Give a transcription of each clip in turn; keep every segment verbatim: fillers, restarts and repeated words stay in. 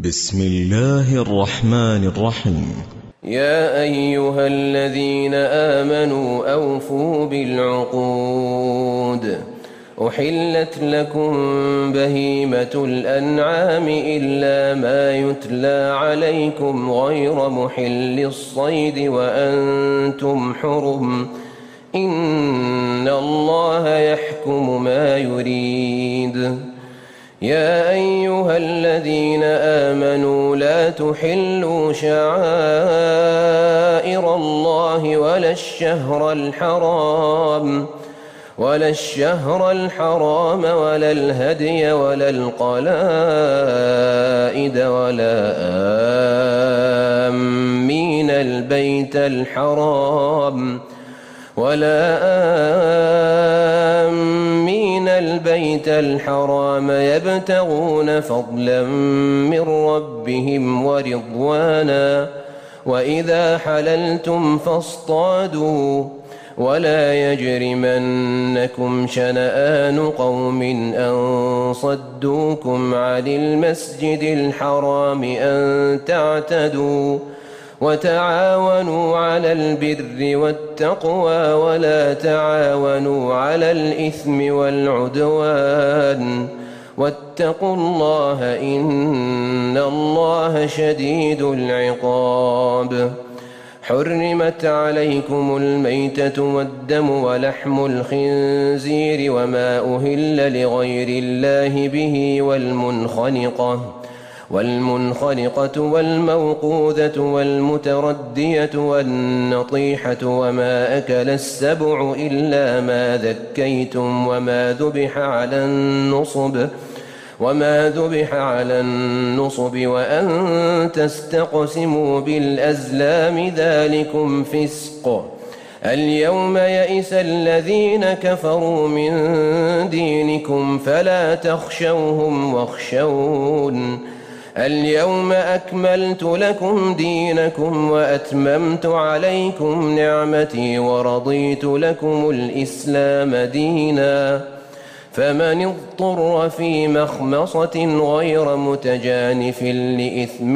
بسم الله الرحمن الرحيم. يا أيها الذين آمنوا أوفوا بالعقود. أحلت لكم بهيمة الأنعام إلا ما يتلى عليكم غير محل الصيد وأنتم حرم، إن الله يحكم ما يريد. يا أيها الذين آمنوا لا تحلوا شعائر الله ولا الشهر الحرام ولا الشهر الحرام ولا الهدي ولا القلائد ولا آمين البيت الحرام ولا آمين البيت الحرام يبتغون فضلا من ربهم ورضوانا، وإذا حللتم فاصطادوا، ولا يجرمنكم شنآن قوم أن صدوكم عن المسجد الحرام أن تعتدوا، وتعاونوا على البر والتقوى ولا تعاونوا على الإثم والعدوان، واتقوا الله إن الله شديد العقاب. حرمت عليكم الميتة والدم ولحم الخنزير وما أهل لغير الله به والمنخنقة والمنخنقة والموقوذة والمتردية والنطيحة وما أكل السبع إلا ما ذكيتم وما ذبح على النصب وما ذبح على النصب وأن تستقسموا بالأزلام ذلكم فسق. اليوم يئس الذين كفروا من دينكم فلا تخشوهم واخشون. اليوم أكملت لكم دينكم وأتممت عليكم نعمتي ورضيت لكم الإسلام دينا، فمن اضطر في مخمصة غير متجانف لإثم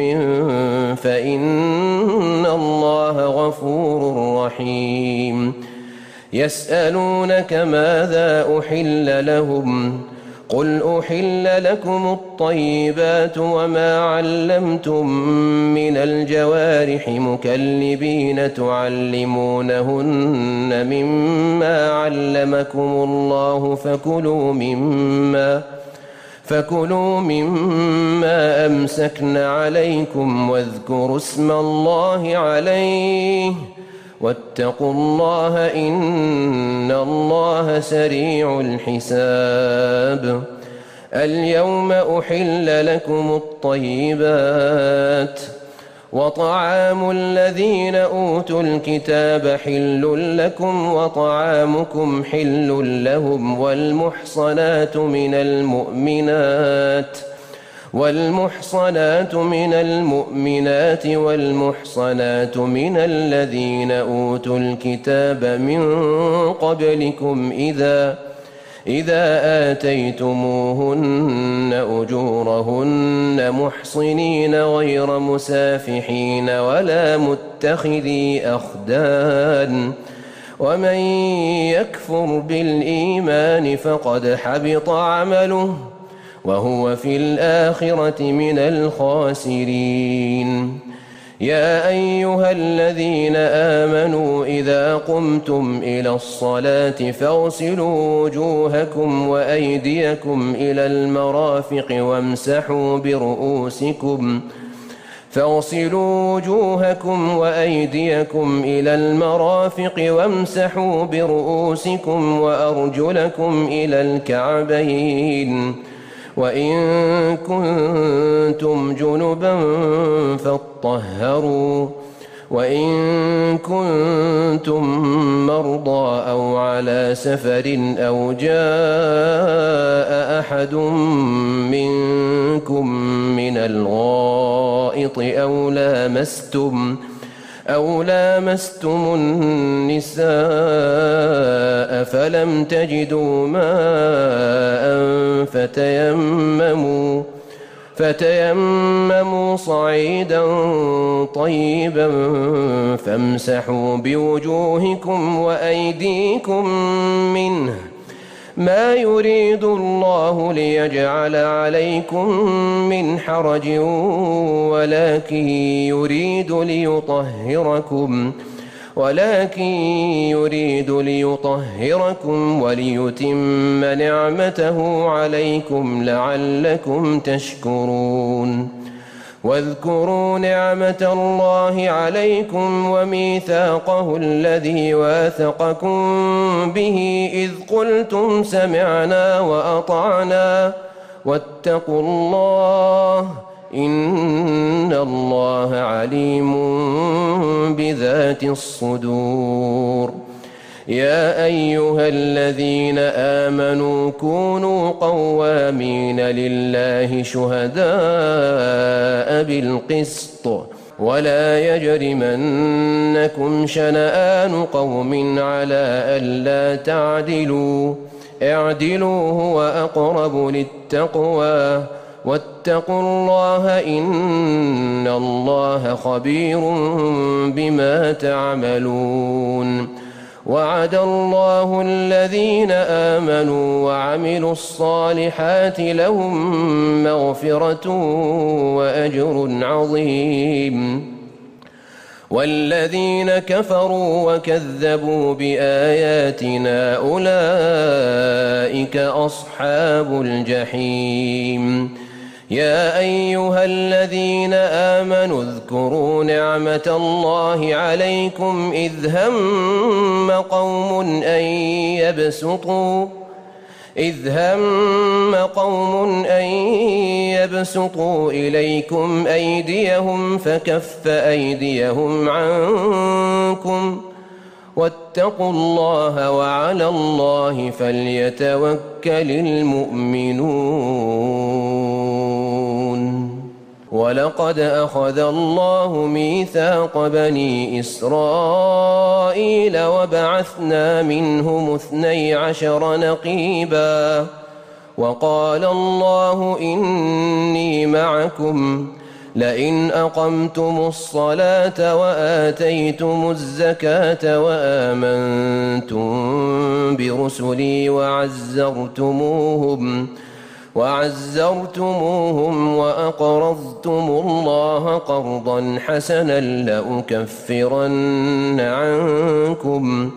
فإن الله غفور رحيم. يسألونك ماذا أحل لهم، قل أحل لكم الطيبات وما علمتم من الجوارح مكلبين تعلمونهن مما علمكم الله، فكلوا مما فكلوا مما أمسكن عليكم واذكروا اسم الله عليه، واتقوا الله إن الله سريع الحساب. اليوم أحل لكم الطيبات، وطعام الذين أوتوا الكتاب حل لكم وطعامكم حل لهم، والمحصنات من المؤمنات والمحصنات من المؤمنات والمحصنات من الذين أوتوا الكتاب من قبلكم إذا إذا آتيتموهن أجورهن محصنين غير مسافحين ولا متخذي أخدان، ومن يكفر بالإيمان فقد حبط عمله وهو في الآخرة من الخاسرين. يا أيها الذين آمنوا إذا قمتم إلى الصلاة فاغسلوا وجوهكم وأيديكم إلى المرافق وامسحوا برؤوسكم فاغسلوا وجوهكم وأيديكم إلى المرافق وامسحوا برؤوسكم وأرجلكم إلى الكعبين، وإن كنتم جنبا فاطهروا، وإن كنتم مرضى أو على سفر أو جاء أحد منكم من الغائط أو لامستم أو لامستم النساء فلم تجدوا ماء فتيمموا فتيمموا صعيدا طيبا فامسحوا بوجوهكم وأيديكم منه ما يريد الله ليجعل عليكم من حرج ولكن يريد ليطهركم ولكن يريد ليطهركم وليتم نعمته عليكم لعلكم تشكرون واذكروا نعمة الله عليكم وميثاقه الذي واثقكم به إذ قلتم سمعنا وأطعنا واتقوا الله إن الله عليم بذات الصدور يا أيها الذين آمنوا كونوا قوامين لله شهداء بالقسط ولا يجرمنكم شنآن قوم على ألا تعدلوا اعدلوا هو أقرب للتقوى واتقوا الله إن الله خبير بما تعملون وعد الله الذين آمنوا وعملوا الصالحات لهم مغفرة وأجر عظيم والذين كفروا وكذبوا بآياتنا أولئك أصحاب الجحيم يا أيها الذين آمنوا اذكروا نعمة الله عليكم إذ هم قوم أن يبسطوا إذ هم قوم أن يبسطوا إليكم أيديهم فكف أيديهم عنكم واتقوا الله وعلى الله فليتوكل المؤمنون ولقد أخذ الله ميثاق بني إسرائيل وبعثنا منهم اثني عشر نقيبا وقال الله إني معكم لئن أقمتم الصلاة وآتيتم الزكاة وآمنتم برسلي وعزرتموهم وعزرتموهم وأقرضتم الله قرضا حسنا لأكفرن عنكم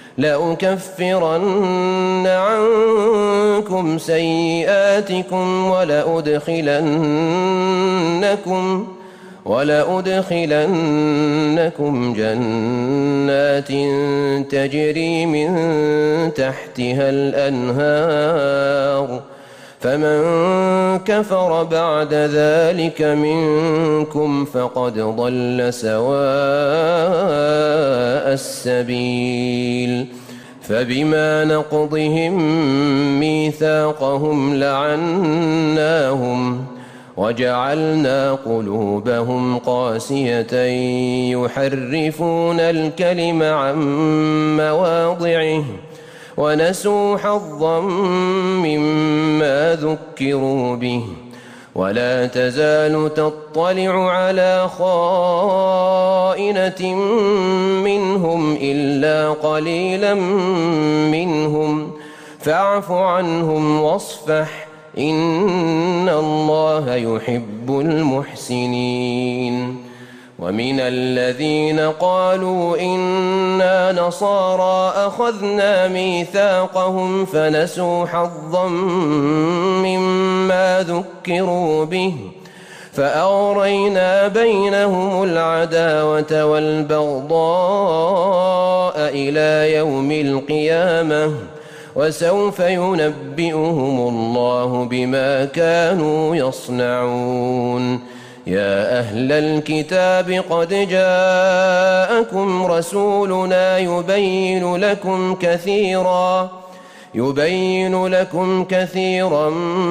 لأكفرن عنكم سيئاتكم ولأدخلنكم ولأدخلنكم جنات تجري من تحتها الأنهار فمن كفر بعد ذلك منكم فقد ضل سواء السبيل فبما نقضهم ميثاقهم لعناهم وجعلنا قلوبهم قاسية يحرفون الكلم عن مواضعه ونسوا حظا مما ذكروا به ولا تزال تطلع على خائنة منهم إلا قليلا منهم فاعف عنهم واصفح إن الله يحب المحسنين ومن الذين قالوا إنا نصارى أخذنا ميثاقهم فنسوا حظا مما ذكروا به فأغرينا بينهم العداوة والبغضاء إلى يوم القيامة وسوف ينبئهم الله بما كانوا يصنعون يا أهل الكتاب قد جاءكم رسولنا يبين لكم كثيرا يبين لكم كثيرا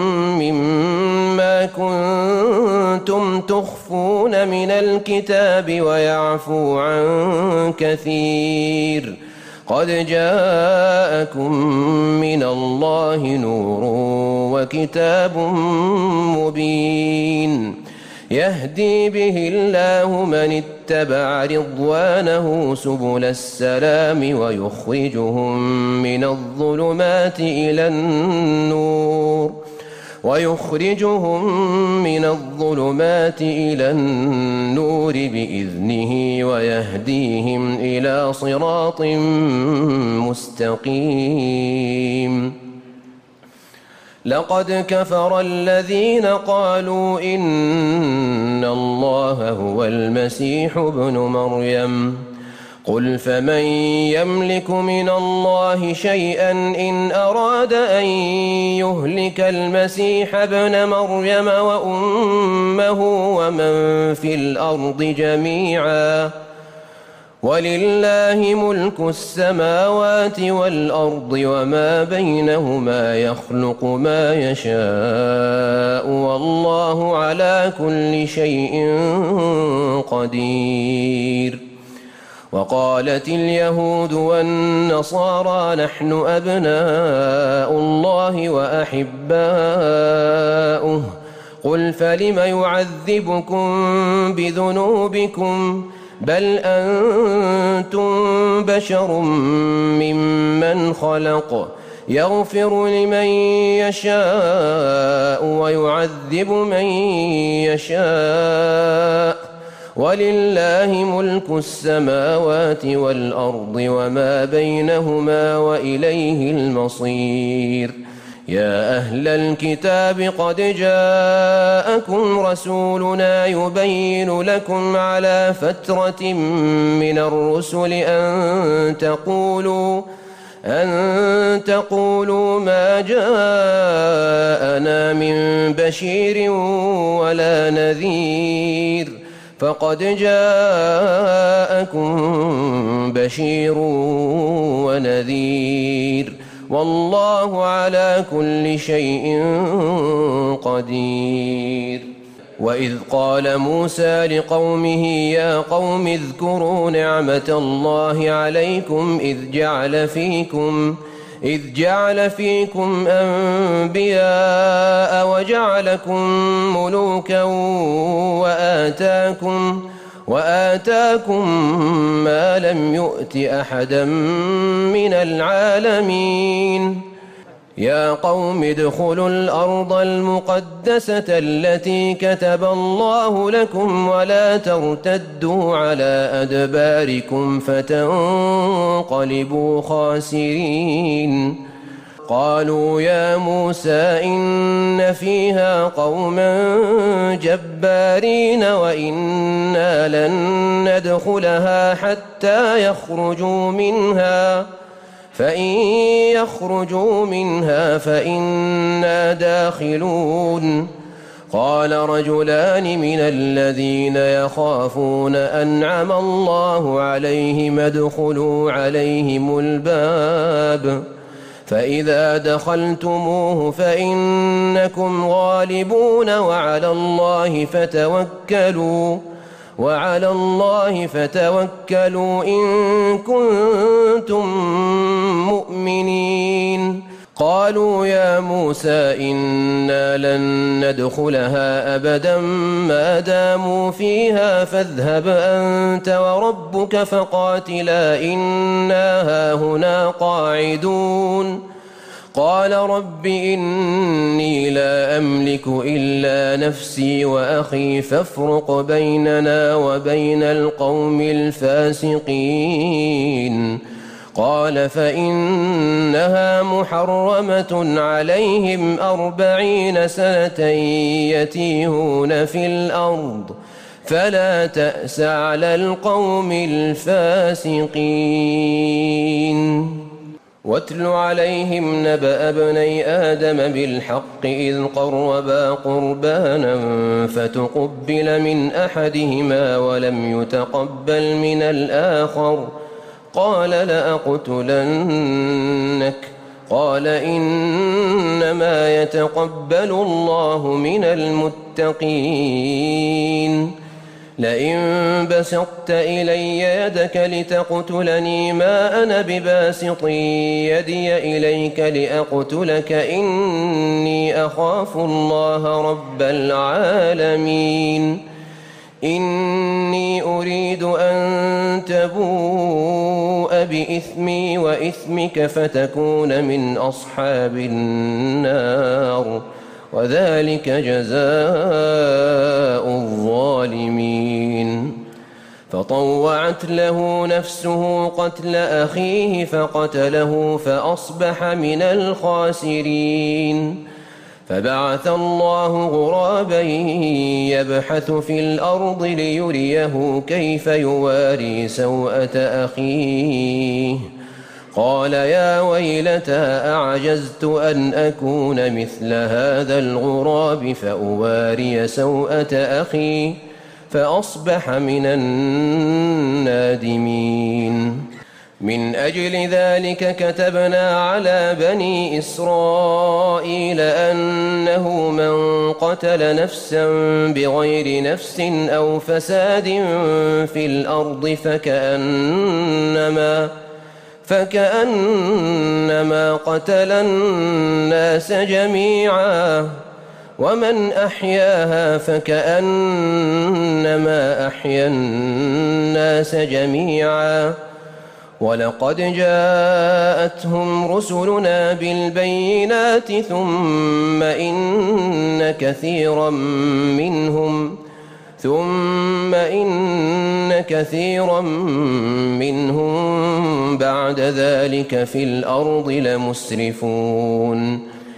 مما كنتم تخفون من الكتاب ويعفو عن كثير قد جاءكم من الله نور وكتاب مبين يهدي به الله من اتبع رضوانه سبل السلام ويخرجهم من الظلمات إلى النور ويخرجهم من الظلمات إلى النور بإذنه ويهديهم إلى صراط مستقيم لقد كفر الذين قالوا إن الله هو المسيح ابن مريم قل فمن يملك من الله شيئا إن أراد أن يهلك المسيح ابن مريم وأمه ومن في الأرض جميعا ولله ملك السماوات والأرض وما بينهما يخلق ما يشاء والله على كل شيء قدير وقالت اليهود والنصارى نحن أبناء الله وأحباؤه قل فلم يعذبكم بذنوبكم بل أنتم بشر ممن خلق يغفر لمن يشاء ويعذب من يشاء ولله ملك السماوات والأرض وما بينهما وإليه المصير يا أهل الكتاب قد جاءكم رسولنا يبين لكم على فترة من الرسل أن تقولوا أن تقولوا ما جاءنا من بشير ولا نذير فقد جاءكم بشير ونذير والله على كل شيء قدير وإذ قال موسى لقومه يا قوم اذكروا نعمة الله عليكم إذ جعل فيكم إذ جعل فيكم أنبياء وجعلكم ملوكا وآتاكم وآتاكم ما لم يؤت أحدا من العالمين يا قوم ادخلوا الأرض المقدسة التي كتب الله لكم ولا ترتدوا على أدباركم فتنقلبوا خاسرين قالوا يا موسى إن فيها قوما جبارين وإنا لن ندخلها حتى يخرجوا منها فإن يخرجوا منها فإنا داخلون قال رجلان من الذين يخافون أنعم الله عليهم ادخلوا عليهم الباب فإذا دخلتموه فإنكم غالبون وعلى الله فتوكلوا وعلى الله فتوكلوا إن كنتم مؤمنين قالوا يا موسى إنا لن ندخلها أبدا ما داموا فيها فاذهب أنت وربك فقاتلا إنا هاهنا قاعدون قال رب إني لا أملك إلا نفسي وأخي فافرق بيننا وبين القوم الفاسقين قال فإنها محرمة عليهم أربعين سنة يتيهون في الأرض فلا تأس على القوم الفاسقين واتل عليهم نبأ ابني آدم بالحق إذ قربا قربانا فتقبل من أحدهما ولم يتقبل من الآخر قال لأقتلنك قال إنما يتقبل الله من المتقين لئن بسطت إلي يدك لتقتلني ما أنا بباسط يدي إليك لأقتلك إني أخاف الله رب العالمين إني أريد أن تبوء بإثمي وإثمك فتكون من أصحاب النار وذلك جزاء الظالمين فطوعت له نفسه قتل أخيه فقتله فأصبح من الخاسرين فبعث الله غرابا يبحث في الأرض ليريه كيف يواري سوءة أخيه قال يا ويلتى أعجزت أن أكون مثل هذا الغراب فأواري سوءة أخي فأصبح من النادمين من أجل ذلك كتبنا على بني إسرائيل أنه من قتل نفسا بغير نفس أو فساد في الأرض فكأنما فكأنما قتل الناس جميعا ومن أحياها فكأنما أحيا الناس جميعا ولقد جاءتهم رسلنا بالبينات ثم إن كثيرا منهم ثم إن كثيرا منهم بعد ذلك في الأرض لمسرفون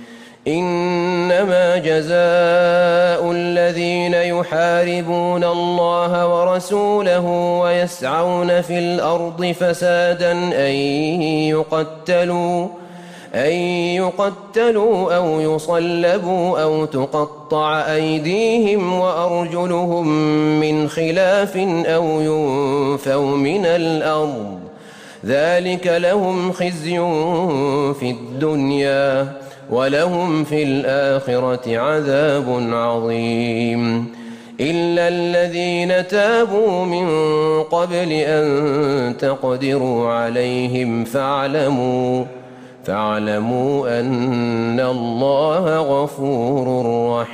إنما جزاء الذين يحاربون الله ورسوله ويسعون في الأرض فسادا أن يقتلوا أن يقتلوا أو يصلبوا أو تقطع أيديهم وأرجلهم من خلاف أو ينفوا من الأرض ذلك لهم خزي في الدنيا ولهم في الآخرة عذاب عظيم إلا الذين تابوا من قبل أن تقدروا عليهم فاعلموا فاعلموا أن الله غفور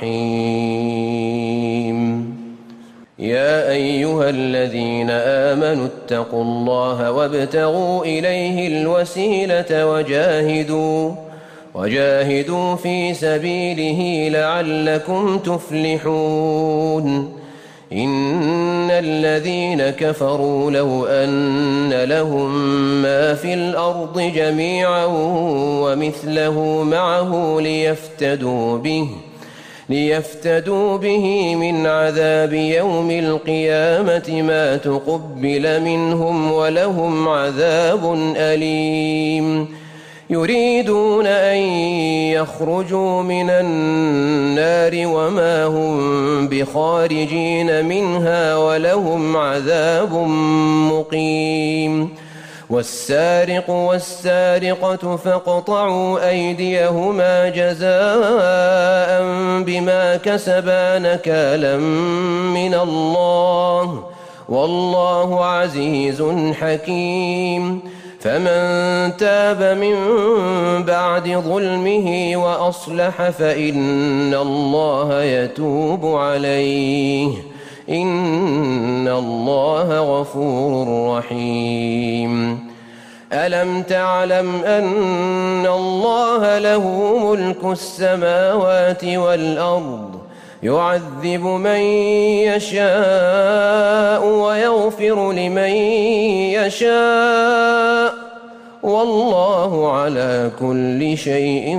رحيم يا أيها الذين آمنوا اتقوا الله وابتغوا إليه الوسيلة وجاهدوا وجاهدوا في سبيله لعلكم تفلحون إن الذين كفروا لو أن لهم ما في الأرض جميعا ومثله معه ليفتدوا به ليفتدوا به من عذاب يوم القيامة ما تقبل منهم ولهم عذاب أليم يريدون أن يخرجوا من النار وما هم بخارجين منها ولهم عذاب مقيم والسارق والسارقة فاقطعوا أيديهما جزاء بما كسبا نكالا من الله والله عزيز حكيم فمن تاب من بعد ظلمه وأصلح فإن الله يتوب عليه إن الله غفور رحيم ألم تعلم أن الله له ملك السماوات والأرض يعذب من يشاء ويغفر لمن يشاء والله على كل شيء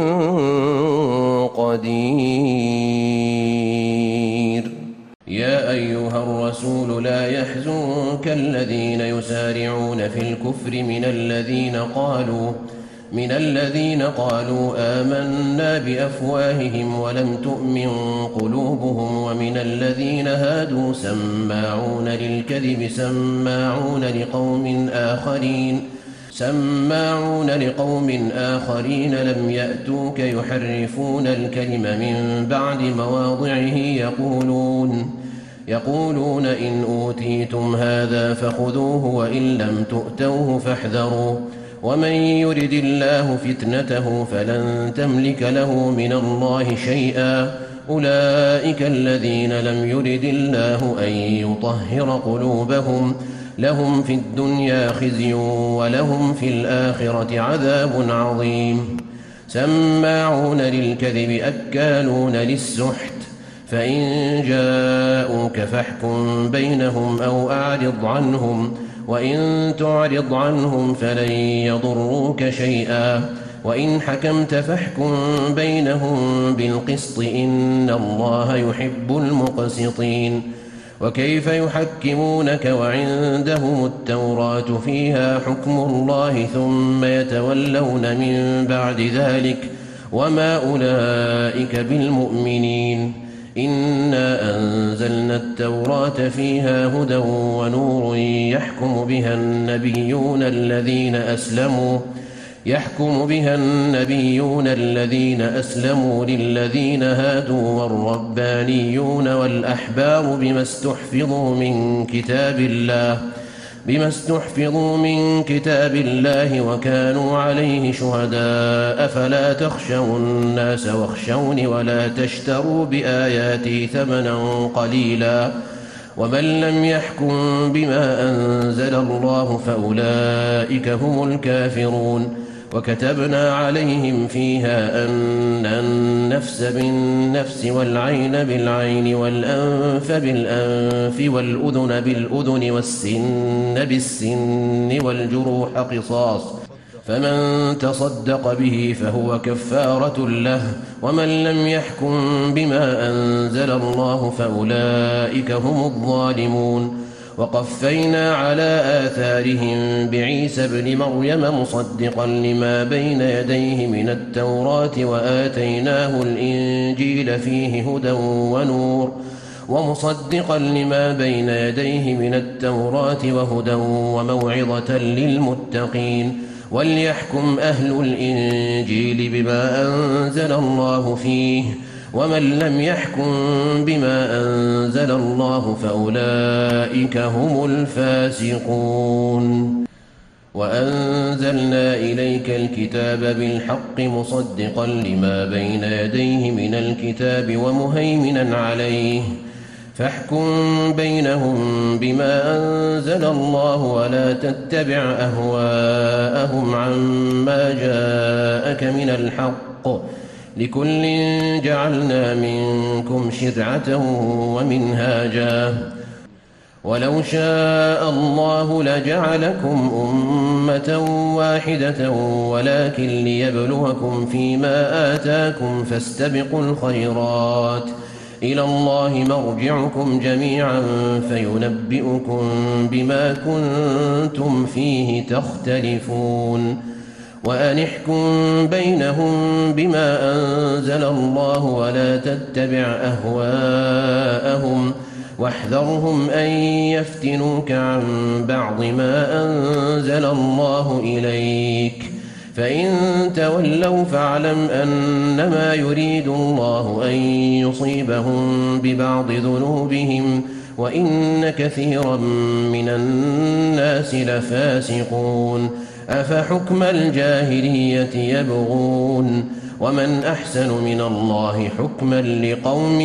قدير يا أيها الرسول لا يحزنك الذين يسارعون في الكفر من الذين قالوا من الذين قالوا آمنا بأفواههم ولم تؤمن قلوبهم ومن الذين هادوا سماعون للكذب سماعون لقوم آخرين سماعون لقوم آخرين لم يأتوك يحرفون الكلم من بعد مواضعه يقولون يقولون إن أوتيتم هذا فخذوه وإن لم تؤتوه فاحذروا ومن يرد الله فتنته فلن تملك له من الله شيئا أولئك الذين لم يرد الله أن يطهر قلوبهم لهم في الدنيا خزي ولهم في الآخرة عذاب عظيم سماعون للكذب أكالون للسحت فإن جاءوك فاحكم بينهم أو أعرض عنهم وإن تعرض عنهم فلن يضروك شيئا وإن حكمت فاحكم بينهم بالقسط إن الله يحب المقسطين وكيف يحكمونك وعندهم التوراة فيها حكم الله ثم يتولون من بعد ذلك وما أولئك بالمؤمنين إنا أنزلنا التوراة فيها هدى ونور يحكم بها النبيون الذين أسلموا يحكم بها النبيون الذين أسلموا للذين هادوا والربانيون والأحبار بما استحفظوا من كتاب الله بما استحفظوا من كتاب الله وكانوا عليه شهداء فلا تخشوا الناس واخشوني ولا تشتروا بآياتي ثمنا قليلا ومن لم يحكم بما أنزل الله فأولئك هم الكافرون وكتبنا عليهم فيها أن النفس بالنفس والعين بالعين والأنف بالأنف والأذن بالأذن والسن بالسن والجروح قصاص فمن تصدق به فهو كفارة له ومن لم يحكم بما أنزل الله فأولئك هم الظالمون وقفينا على آثارهم بعيسى ابن مريم مصدقا لما بين يديه من التوراة وآتيناه الإنجيل فيه هدى ونور ومصدقا لما بين يديه من التوراة وهدى وموعظة للمتقين وليحكم أهل الإنجيل بما أنزل الله فيه ومن لم يحكم بما أنزل الله فأولئك هم الفاسقون وأنزلنا إليك الكتاب بالحق مصدقا لما بين يديه من الكتاب ومهيمنا عليه فاحكم بينهم بما أنزل الله ولا تتبع أهواءهم عما جاءك من الحق لكل جعلنا منكم شرعة ومنهاجا ولو شاء الله لجعلكم أمة واحدة ولكن ليبلوكم فيما آتاكم فاستبقوا الخيرات إلى الله مرجعكم جميعا فينبئكم بما كنتم فيه تختلفون وأن احكم بينهم بما أنزل الله ولا تتبع أهواءهم واحذرهم أن يفتنوك عن بعض ما أنزل الله إليك فإن تولوا فاعلم أنما يريد الله أن يصيبهم ببعض ذنوبهم وإن كثيرا من الناس لفاسقون أفحكم الجاهلية يبغون ومن أحسن من الله حكما لقوم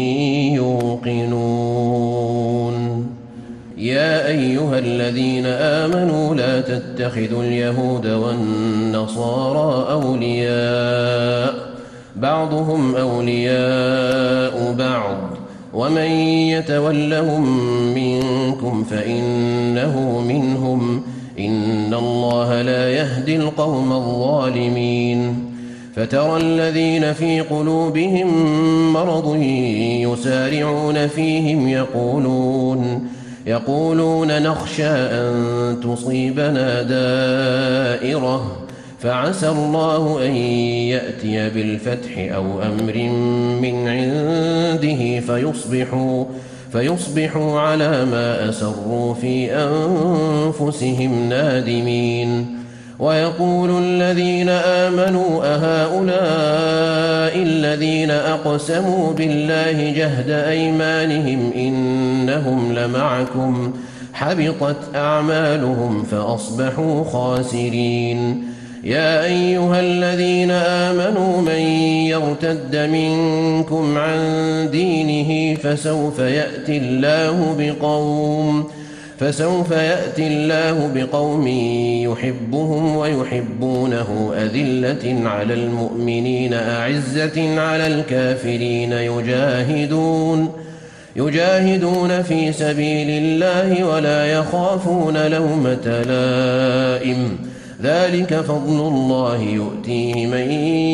يوقنون يا أيها الذين آمنوا لا تتخذوا اليهود والنصارى أولياء بعضهم أولياء بعض ومن يتولهم منكم فإنه منهم إن الله لا يهدي القوم الظالمين فترى الذين في قلوبهم مرض يسارعون فيهم يقولون يقولون نخشى أن تصيبنا دائرة فعسى الله أن يأتي بالفتح أو أمر من عنده فيصبحوا فيصبحوا على ما أسروا في أنفسهم نادمين ويقول الذين آمنوا أهؤلاء الذين أقسموا بالله جهد أيمانهم إنهم لمعكم حبطت أعمالهم فأصبحوا خاسرين. يا أيها الذين آمنوا من يرتد منكم عن دينه فسوف يأتي الله بقوم فسوف يأتي الله بقوم يحبهم ويحبونه أذلة على المؤمنين أعزة على الكافرين يجاهدون يجاهدون في سبيل الله ولا يخافون لومة لائم ذلك فضل الله يؤتيه من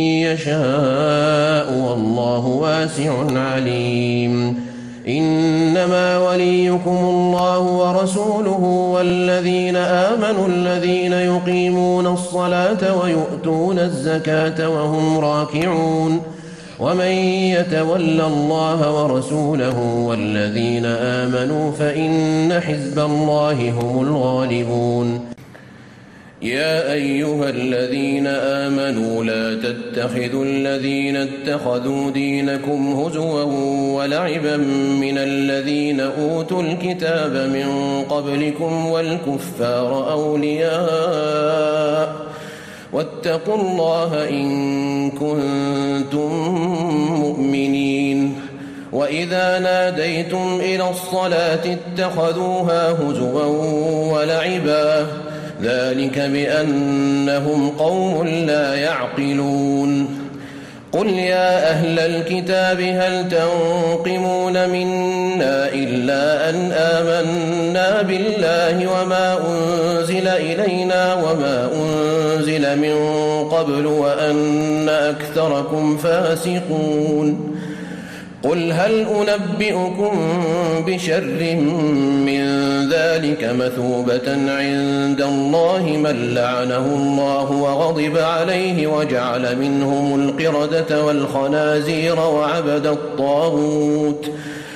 يشاء والله واسع عليم. إنما وليكم الله ورسوله والذين آمنوا الذين يقيمون الصلاة ويؤتون الزكاة وهم راكعون ومن يتول الله ورسوله والذين آمنوا فإن حزب الله هم الغالبون. يا أيها الذين آمنوا لا تتخذوا الذين اتخذوا دينكم هزوا ولعبا من الذين أوتوا الكتاب من قبلكم والكفار أولياء واتقوا الله إن كنتم مؤمنين. وإذا ناديتم إلى الصلاة اتخذوها هزوا ولعبا ذلك بأنهم قوم لا يعقلون. قل يا أهل الكتاب هل تنقمون منا إلا أن آمنا بالله وما أنزل إلينا وما أنزل من قبل وأن أكثركم فاسقون. قل هل أنبئكم بشر من ذلك مثوبة عند الله من لعنه الله وغضب عليه وجعل منهم القردة والخنازير وعبد الطاغوت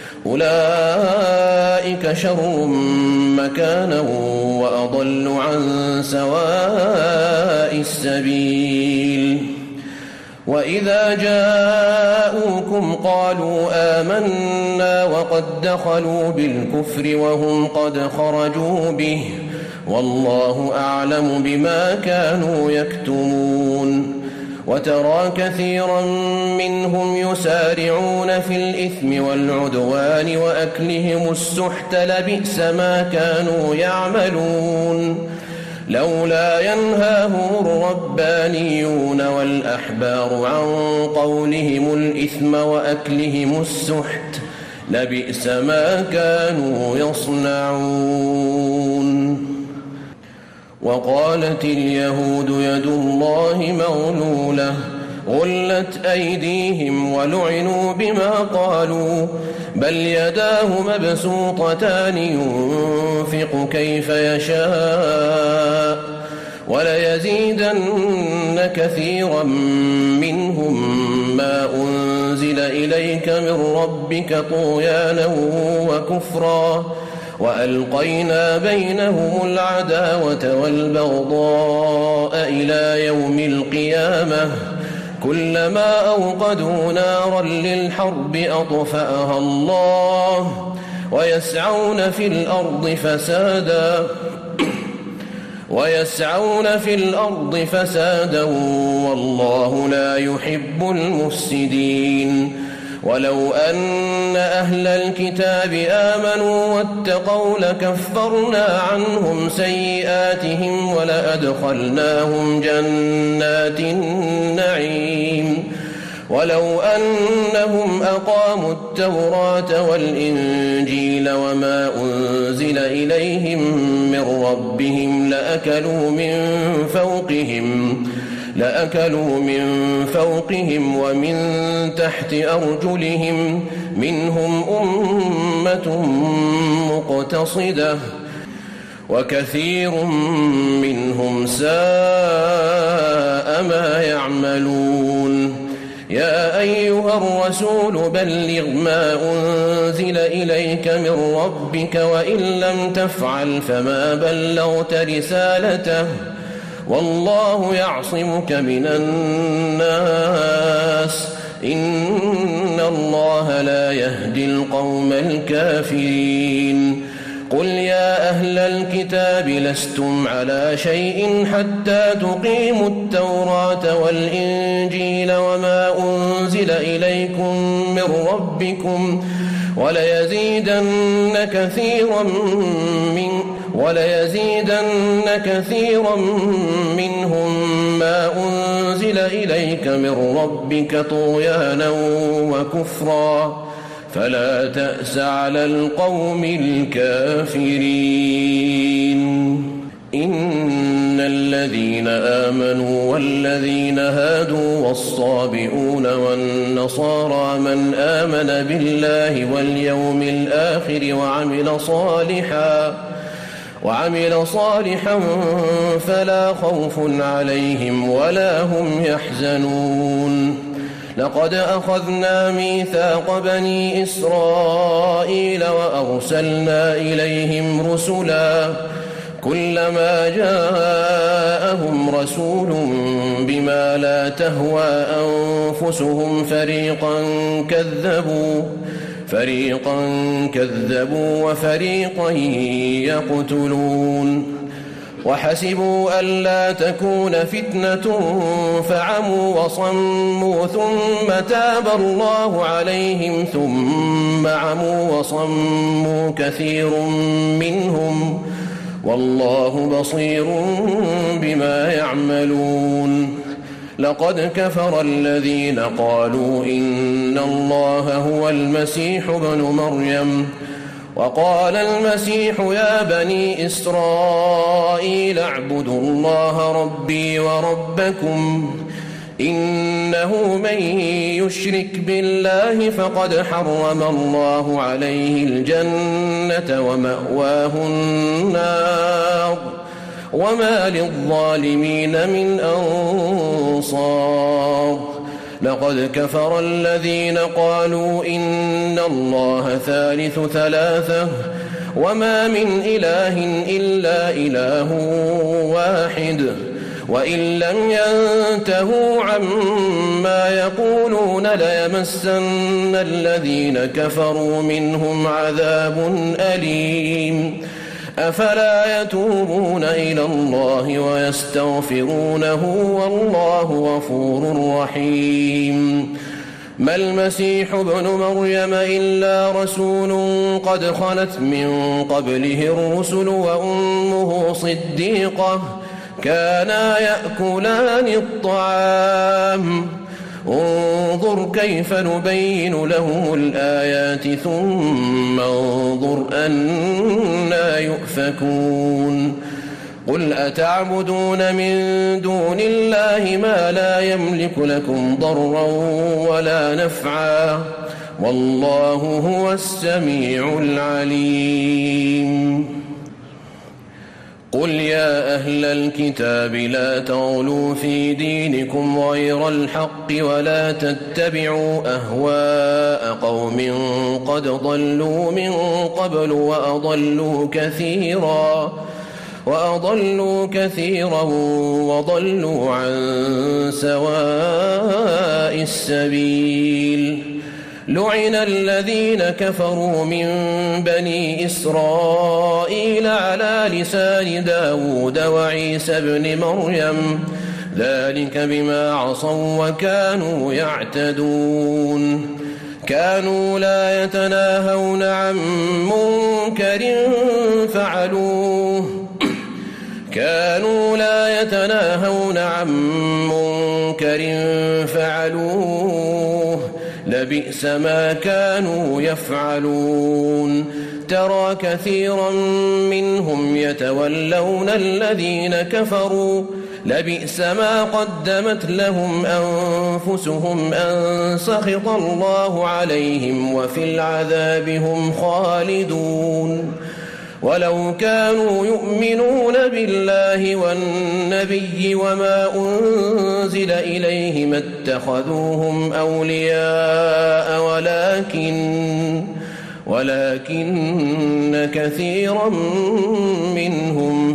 أولئك شر مكانا وأضل عن سواء السبيل. وإذا جاءوكم قالوا آمنا وقد دخلوا بالكفر وهم قد خرجوا به والله أعلم بما كانوا يكتمون. وترى كثيرا منهم يسارعون في الإثم والعدوان وأكلهم السحت لبئس ما كانوا يعملون. لولا ينهاهم الربانيون والأحبار عن قولهم الإثم وأكلهم السحت لبئس ما كانوا يصنعون. وقالت اليهود يد الله مغلولة غلت أيديهم ولعنوا بما قالوا بل يداه مبسوطتان ينفق كيف يشاء وليزيدن كثيرا منهم ما أنزل إليك من ربك طغيانا وكفرا وألقينا بينهم العداوة والبغضاء إلى يوم القيامة كلما أوقدوا نارا للحرب أطفأها الله ويسعون في الأرض فسادا ويسعون في الأرض فسادا والله لا يحب المفسدين. ولو أن أهل الكتاب آمنوا واتقوا لكفرنا عنهم سيئاتهم ولأدخلناهم جنات النعيم. ولو أنهم أقاموا التوراة والإنجيل وما أنزل إليهم من ربهم لأكلوا من فوقهم لأكلوا من فوقهم ومن تحت أرجلهم منهم أمة مقتصدة وكثير منهم ساء ما يعملون. يا أيها الرسول بلغ ما أنزل إليك من ربك وإن لم تفعل فما بلغت رسالته والله يعصمك من الناس إن الله لا يهدي القوم الكافرين قل يا أهل الكتاب لستم على شيء حتى تقيموا التوراة والإنجيل وما أنزل إليكم من ربكم وليزيدن كثيرا من وليزيدن كثيرا منهم ما أنزل إليك من ربك طغيانا وكفرا فلا تأس على القوم الكافرين إن الذين آمنوا والذين هادوا والصابئون والنصارى من آمن بالله واليوم الآخر وعمل صالحا وعمل صالحا فلا خوف عليهم ولا هم يحزنون لقد أخذنا ميثاق بني إسرائيل وأرسلنا إليهم رسلا كلما جاءهم رسول بما لا تهوى أنفسهم فريقا كذبوا فريقا كذبوا وفريقا يقتلون وحسبوا ألا تكون فتنة فعموا وصموا ثم تاب الله عليهم ثم عموا وصموا كثير منهم والله بصير بما يعملون لقد كفر الذين قالوا إن الله هو المسيح ابن مريم وقال المسيح يا بني إسرائيل اعبدوا الله ربي وربكم إنه من يشرك بالله فقد حرم الله عليه الجنة ومأواه النار وما للظالمين من أنصار لقد كفر الذين قالوا إن الله ثالث ثلاثة وما من إله إلا إله واحد وإن لم ينتهوا عما يقولون ليمسن الذين كفروا منهم عذاب أليم أفلا يتوبون إلى الله ويستغفرونه والله غفور رحيم ما المسيح ابن مريم إلا رسول قد خلت من قبله الرسل وأمه صديقة كانا يأكلان الطعام انظر كيف نبين لهم الآيات ثم انظر أنا يؤفكون قل أتعبدون من دون الله ما لا يملك لكم ضرا ولا نفعا والله هو السميع العليم قل يا أهل الكتاب لا تغلوا في دينكم غير الحق ولا تتبعوا أهواء قوم قد ضلوا من قبل وأضلوا كثيرا وأضلوا كثيرا وضلوا عن سواء السبيل لعن الذين كفروا من بني إسرائيل على لسان داود وعيسى بن مريم ذلك بما عصوا وكانوا يعتدون كانوا لا يتناهون عن منكر فعلوه كانوا لا يتناهون عن منكر فعلوه لبئس ما كانوا يفعلون ترى كثيرا منهم يتولون الذين كفروا لبئس ما قدمت لهم أنفسهم أن سخط الله عليهم وفي العذاب هم خالدون ولو كانوا يؤمنون بالله والنبي وما أنزل إليه ما اتخذوهم أولياء ولكن ولكن كثيرا منهم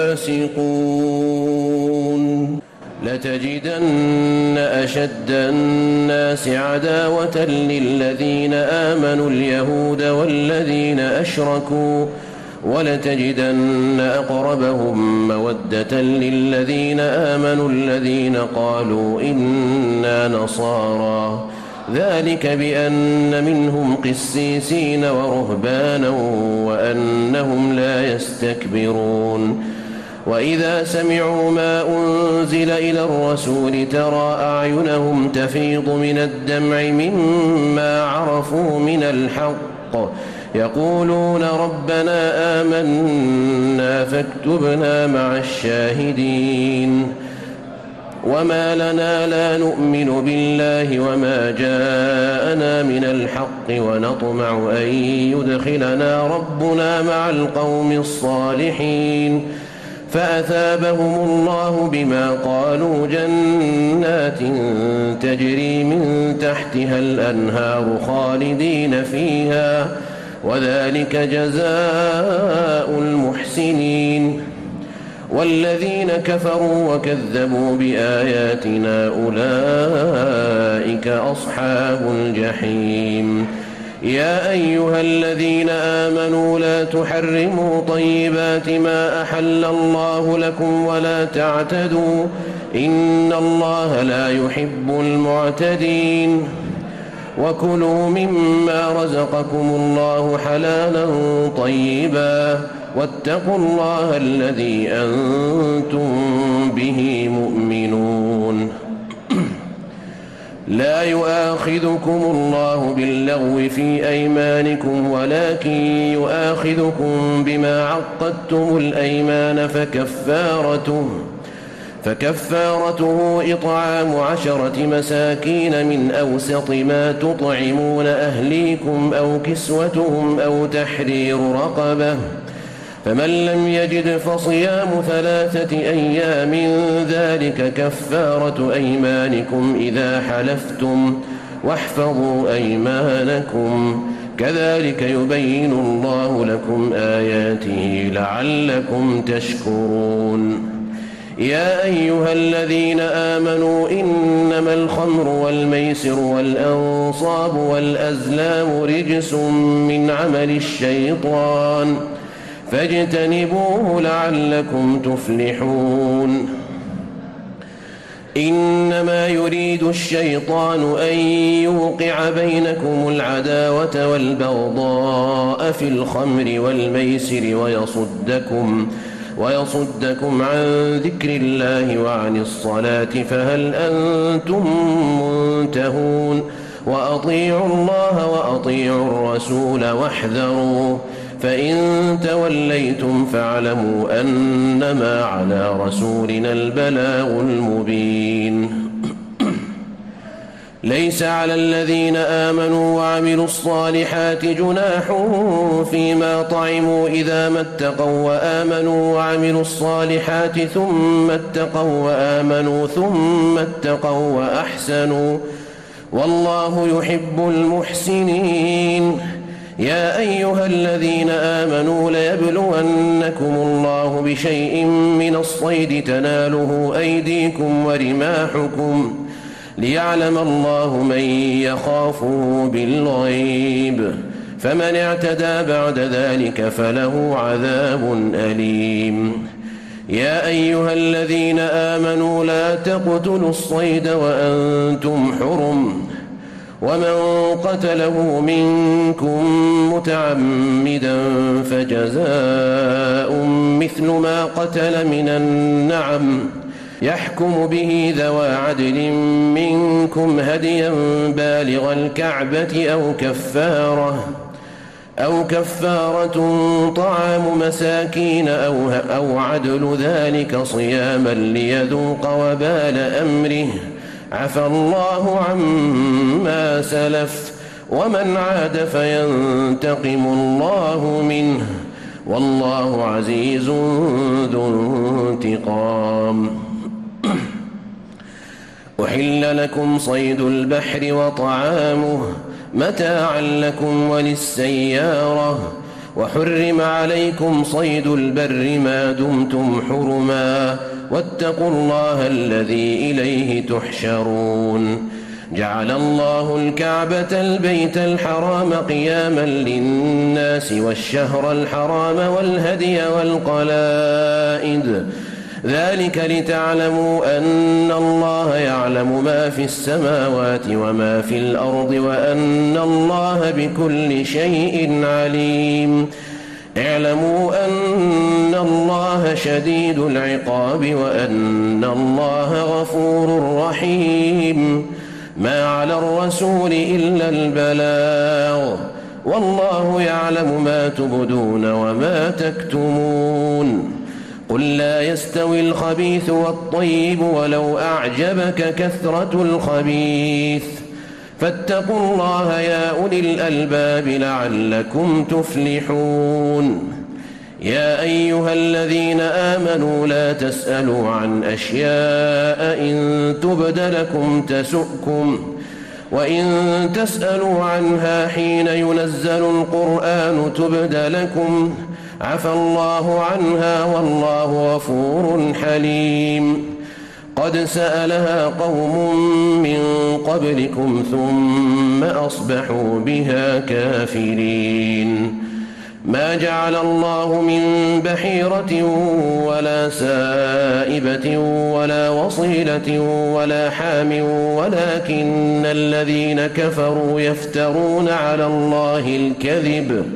فاسقون. لتجدن أشد الناس عداوة للذين آمنوا اليهود والذين أشركوا، ولتجدن أقربهم مودة للذين آمنوا الذين قالوا إنا نصارى، ذلك بأن منهم قسيسين ورهبانا وأنهم لا يستكبرون. وإذا سمعوا ما أنزل إلى الرسول ترى أعينهم تفيض من الدمع مما عرفوا من الحق، يقولون ربنا آمنا فاكتبنا مع الشاهدين. وما لنا لا نؤمن بالله وما جاءنا من الحق ونطمع أن يدخلنا ربنا مع القوم الصالحين، فأثابهم الله بما قالوا جنات تجري من تحتها الأنهار خالدين فيها، وذلك جزاء المحسنين. والذين كفروا وكذبوا بآياتنا أولئك أصحاب الجحيم. يا أيها الذين آمنوا لا تحرموا طيبات ما أحل الله لكم ولا تعتدوا، إن الله لا يحب المعتدين. وكلوا مما رزقكم الله حلالا طيبا واتقوا الله الذي أنتم به مؤمنون. لا يؤاخذكم الله باللغو في أيمانكم ولكن يؤاخذكم بما عقدتم الأيمان فكفارته فكفارته إطعام عشرة مساكين من أوسط ما تطعمون أهليكم أو كسوتهم أو تحرير رقبة، فمن لم يجد فصيام ثلاثة أيام ذلك كفارة أيمانكم إذا حلفتم، واحفظوا أيمانكم، كذلك يبين الله لكم آياته لعلكم تشكرون. يا أيها الذين آمنوا إنما الخمر والميسر والأنصاب والأزلام رجس من عمل الشيطان فاجتنبوه لعلكم تفلحون. إنما يريد الشيطان أن يوقع بينكم العداوة والبغضاء في الخمر والميسر ويصدكم ويصدكم عن ذكر الله وعن الصلاة فهل أنتم منتهون. وأطيعوا الله وأطيعوا الرسول واحذروا، فإن توليتم فاعلموا أنما على رسولنا البلاغ المبين. ليس على الذين آمنوا وعملوا الصالحات جناح فيما طعموا إذا ما اتقوا وآمنوا وعملوا الصالحات ثم اتقوا وآمنوا ثم اتقوا وأحسنوا، والله يحب المحسنين. يا أيها الذين آمنوا ليبلونكم الله بشيء من الصيد تناله أيديكم ورماحكم ليعلم الله من يخافه بالغيب، فمن اعتدى بعد ذلك فله عذاب أليم. يا أيها الذين آمنوا لا تقتلوا الصيد وأنتم حرم، ومن قتله منكم متعمدا فجزاء مثل ما قتل من النعم يحكم به ذوى عدل منكم هديا بالغ الكعبة أو كفارة أو كفارة طعام مساكين أو, أو عدل ذلك صياما ليذوق وبال أمره، عفى الله عما سلف، ومن عاد فينتقم الله منه، والله عزيز ذو انتقام. أحل لكم صيد البحر وطعامه متاعا لكم وللسيارة، وحرم عليكم صيد البر ما دمتم حرما، واتقوا الله الذي إليه تحشرون. جعل الله الكعبة البيت الحرام قياما للناس والشهر الحرام والهدي والقلائد، ذلك لتعلموا أن الله يعلم ما في السماوات وما في الأرض وأن الله بكل شيء عليم. اعلموا أن الله شديد العقاب وأن الله غفور رحيم. ما على الرسول إلا البلاغ، والله يعلم ما تبدون وما تكتمون. قل لا يستوي الخبيث والطيب ولو أعجبك كثرة الخبيث، فاتقوا الله يا أولي الألباب لعلكم تفلحون. يا أيها الذين آمنوا لا تسألوا عن أشياء إن تبد لكم تسؤكم، وإن تسألوا عنها حين ينزل القرآن تبد لكم عفى الله عنها والله غفور حليم. قد سألها قوم من قبلكم ثم أصبحوا بها كافرين. ما جعل الله من بحيرة ولا سائبة ولا وصيلة ولا حام ولكن الذين كفروا يفترون على الله الكذب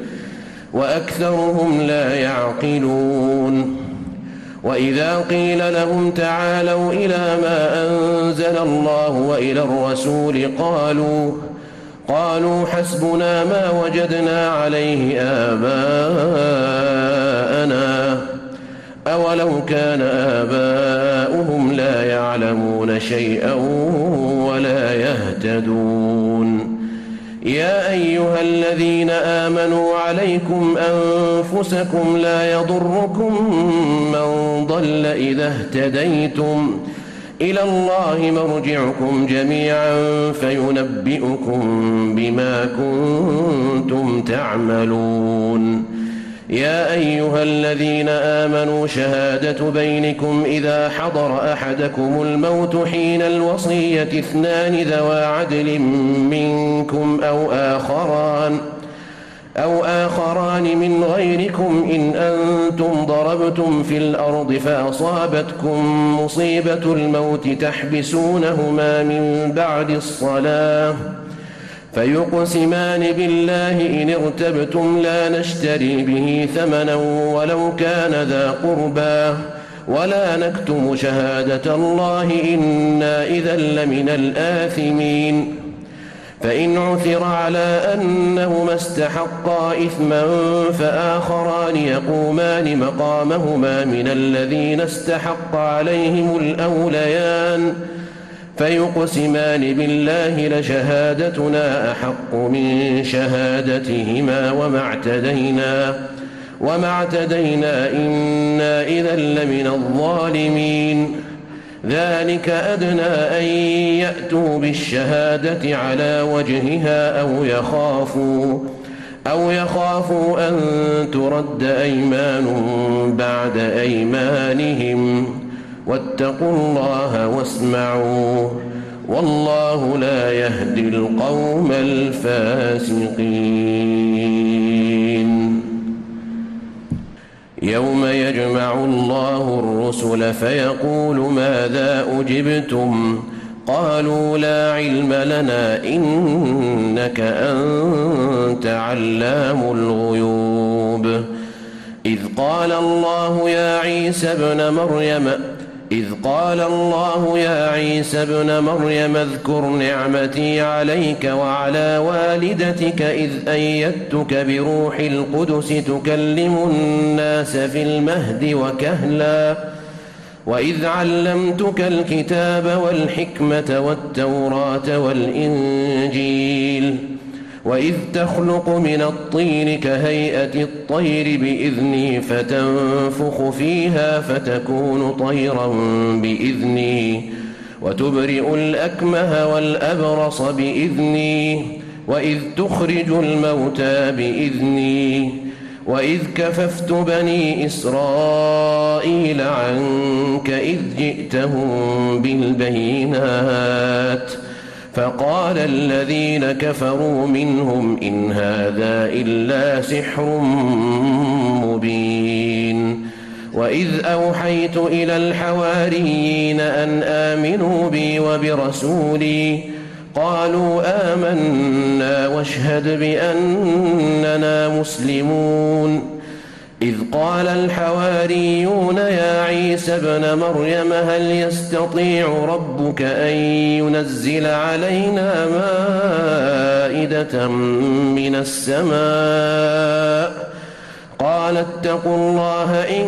وأكثرهم لا يعقلون. وإذا قيل لهم تعالوا إلى ما أنزل الله وإلى الرسول قالوا قالوا حسبنا ما وجدنا عليه آباءنا أولو كان آباؤهم لا يعلمون شيئا ولا يهتدون. يا أيها الذين آمنوا عليكم أنفسكم لا يضركم من ضل إذا اهتديتم، إلى الله مرجعكم جميعا فينبئكم بما كنتم تعملون. يا أيها الذين آمنوا شهادة بينكم إذا حضر أحدكم الموت حين الوصية اثنان ذوى عدل منكم أو آخران أو آخران من غيركم إن أنتم ضربتم في الأرض فأصابتكم مصيبة الموت تحبسونهما من بعد الصلاة فيقسمان بالله إن ارتبتم لا نشتري به ثمنا ولو كان ذا قربى ولا نكتم شهادة الله إنا إذا لمن الآثمين. فإن عثر على أنهما استحقا إثما فآخران يقومان مقامهما من الذين استحق عليهم الأوليان فيقسمان بالله لشهادتنا أحق من شهادتهما وما اعتدينا وما اعتدينا إنا إذا لمن الظالمين. ذلك أدنى أن يأتوا بالشهادة على وجهها أو يخافوا أو يخافوا أن ترد أيمان بعد أيمانهم واتقوا الله واسمعوا والله لا يهدي القوم الفاسقين. يوم يجمع الله الرسل فيقول ماذا أجبتم قالوا لا علم لنا إنك أنت علام الغيوب. إذ قال الله يا عيسى ابن مريم إذ قال الله يا عيسى ابن مريم اذكر نعمتي عليك وعلى والدتك إذ أيدتك بروح القدس تكلم الناس في المهد وكهلا وإذ علمتك الكتاب والحكمة والتوراة والإنجيل وإذ تخلق من الطين كهيئة الطير بإذني فتنفخ فيها فتكون طيرا بإذني وتبرئ الأكمه والأبرص بإذني وإذ تخرج الموتى بإذني وإذ كففت بني إسرائيل عنك إذ جئتهم بالبينات فقال الذين كفروا منهم إن هذا إلا سحر مبين وإذ أوحيت إلى الحواريين أن آمنوا بي وبرسولي قالوا آمنا واشهد بأننا مسلمون إذ قال الحواريون يا عيسى ابن مريم هل يستطيع ربك أن ينزل علينا مائدة من السماء قال اتقوا الله إن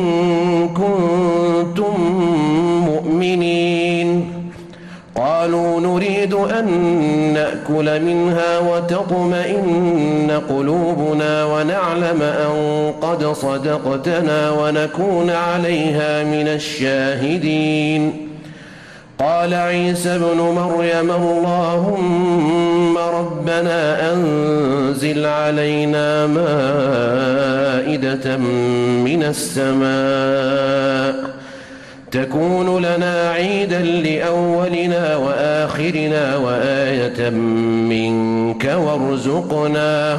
كنتم مؤمنين قالوا نريد أن نأكل منها وتطمئن قلوبنا ونعلم أن قد صدقتنا ونكون عليها من الشاهدين قال عيسى ابن مريم اللهم ربنا أنزل علينا مائدة من السماء تكون لنا عيدا لأولنا وآخرنا وآية منك وارزقنا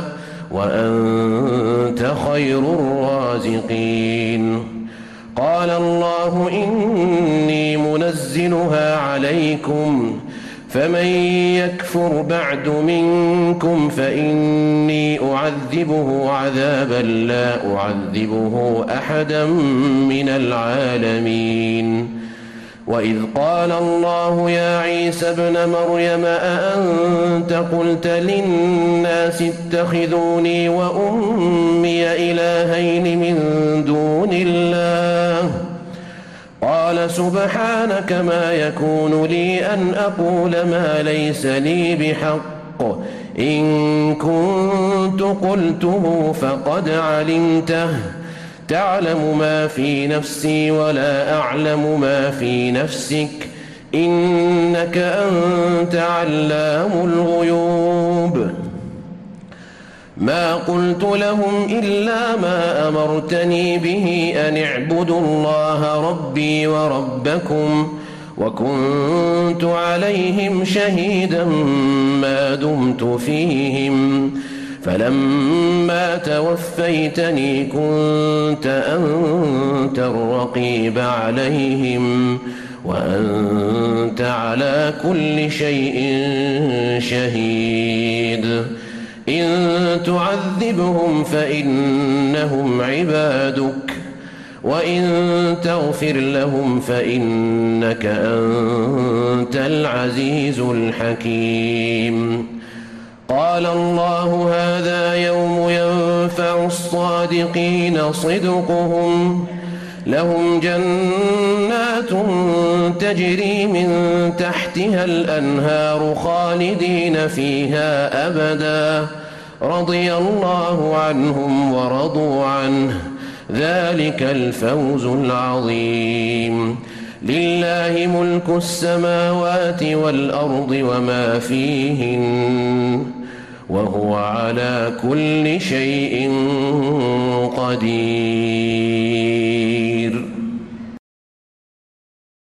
وأنت خير الرازقين قال الله إني منزلها عليكم فمن يكفر بعد منكم فإني أعذبه عذابا لا أعذبه أحدا من العالمين وإذ قال الله يا عيسى ابن مريم أأنت قلت للناس اتخذوني وأمي إلهين من دون الله قال سبحانك ما يكون لي أن أقول ما ليس لي بحق إن كنت قلته فقد علمته تعلم ما في نفسي ولا أعلم ما في نفسك إنك أنت علام الغيوب ما قلت لهم إلا ما أمرتني به أن اعبدوا الله ربي وربكم وكنت عليهم شهيدا ما دمت فيهم فلما توفيتني كنت أنت الرقيب عليهم وأنت على كل شيء شهيد إن تعذبهم فإنهم عبادك وإن تغفر لهم فإنك أنت العزيز الحكيم قال الله هذا يوم ينفع الصادقين صدقهم لهم جنات تجري من تحتها الأنهار خالدين فيها أبدا رضي الله عنهم ورضوا عنه ذلك الفوز العظيم لله ملك السماوات والأرض وما فيهن وهو على كل شيء قدير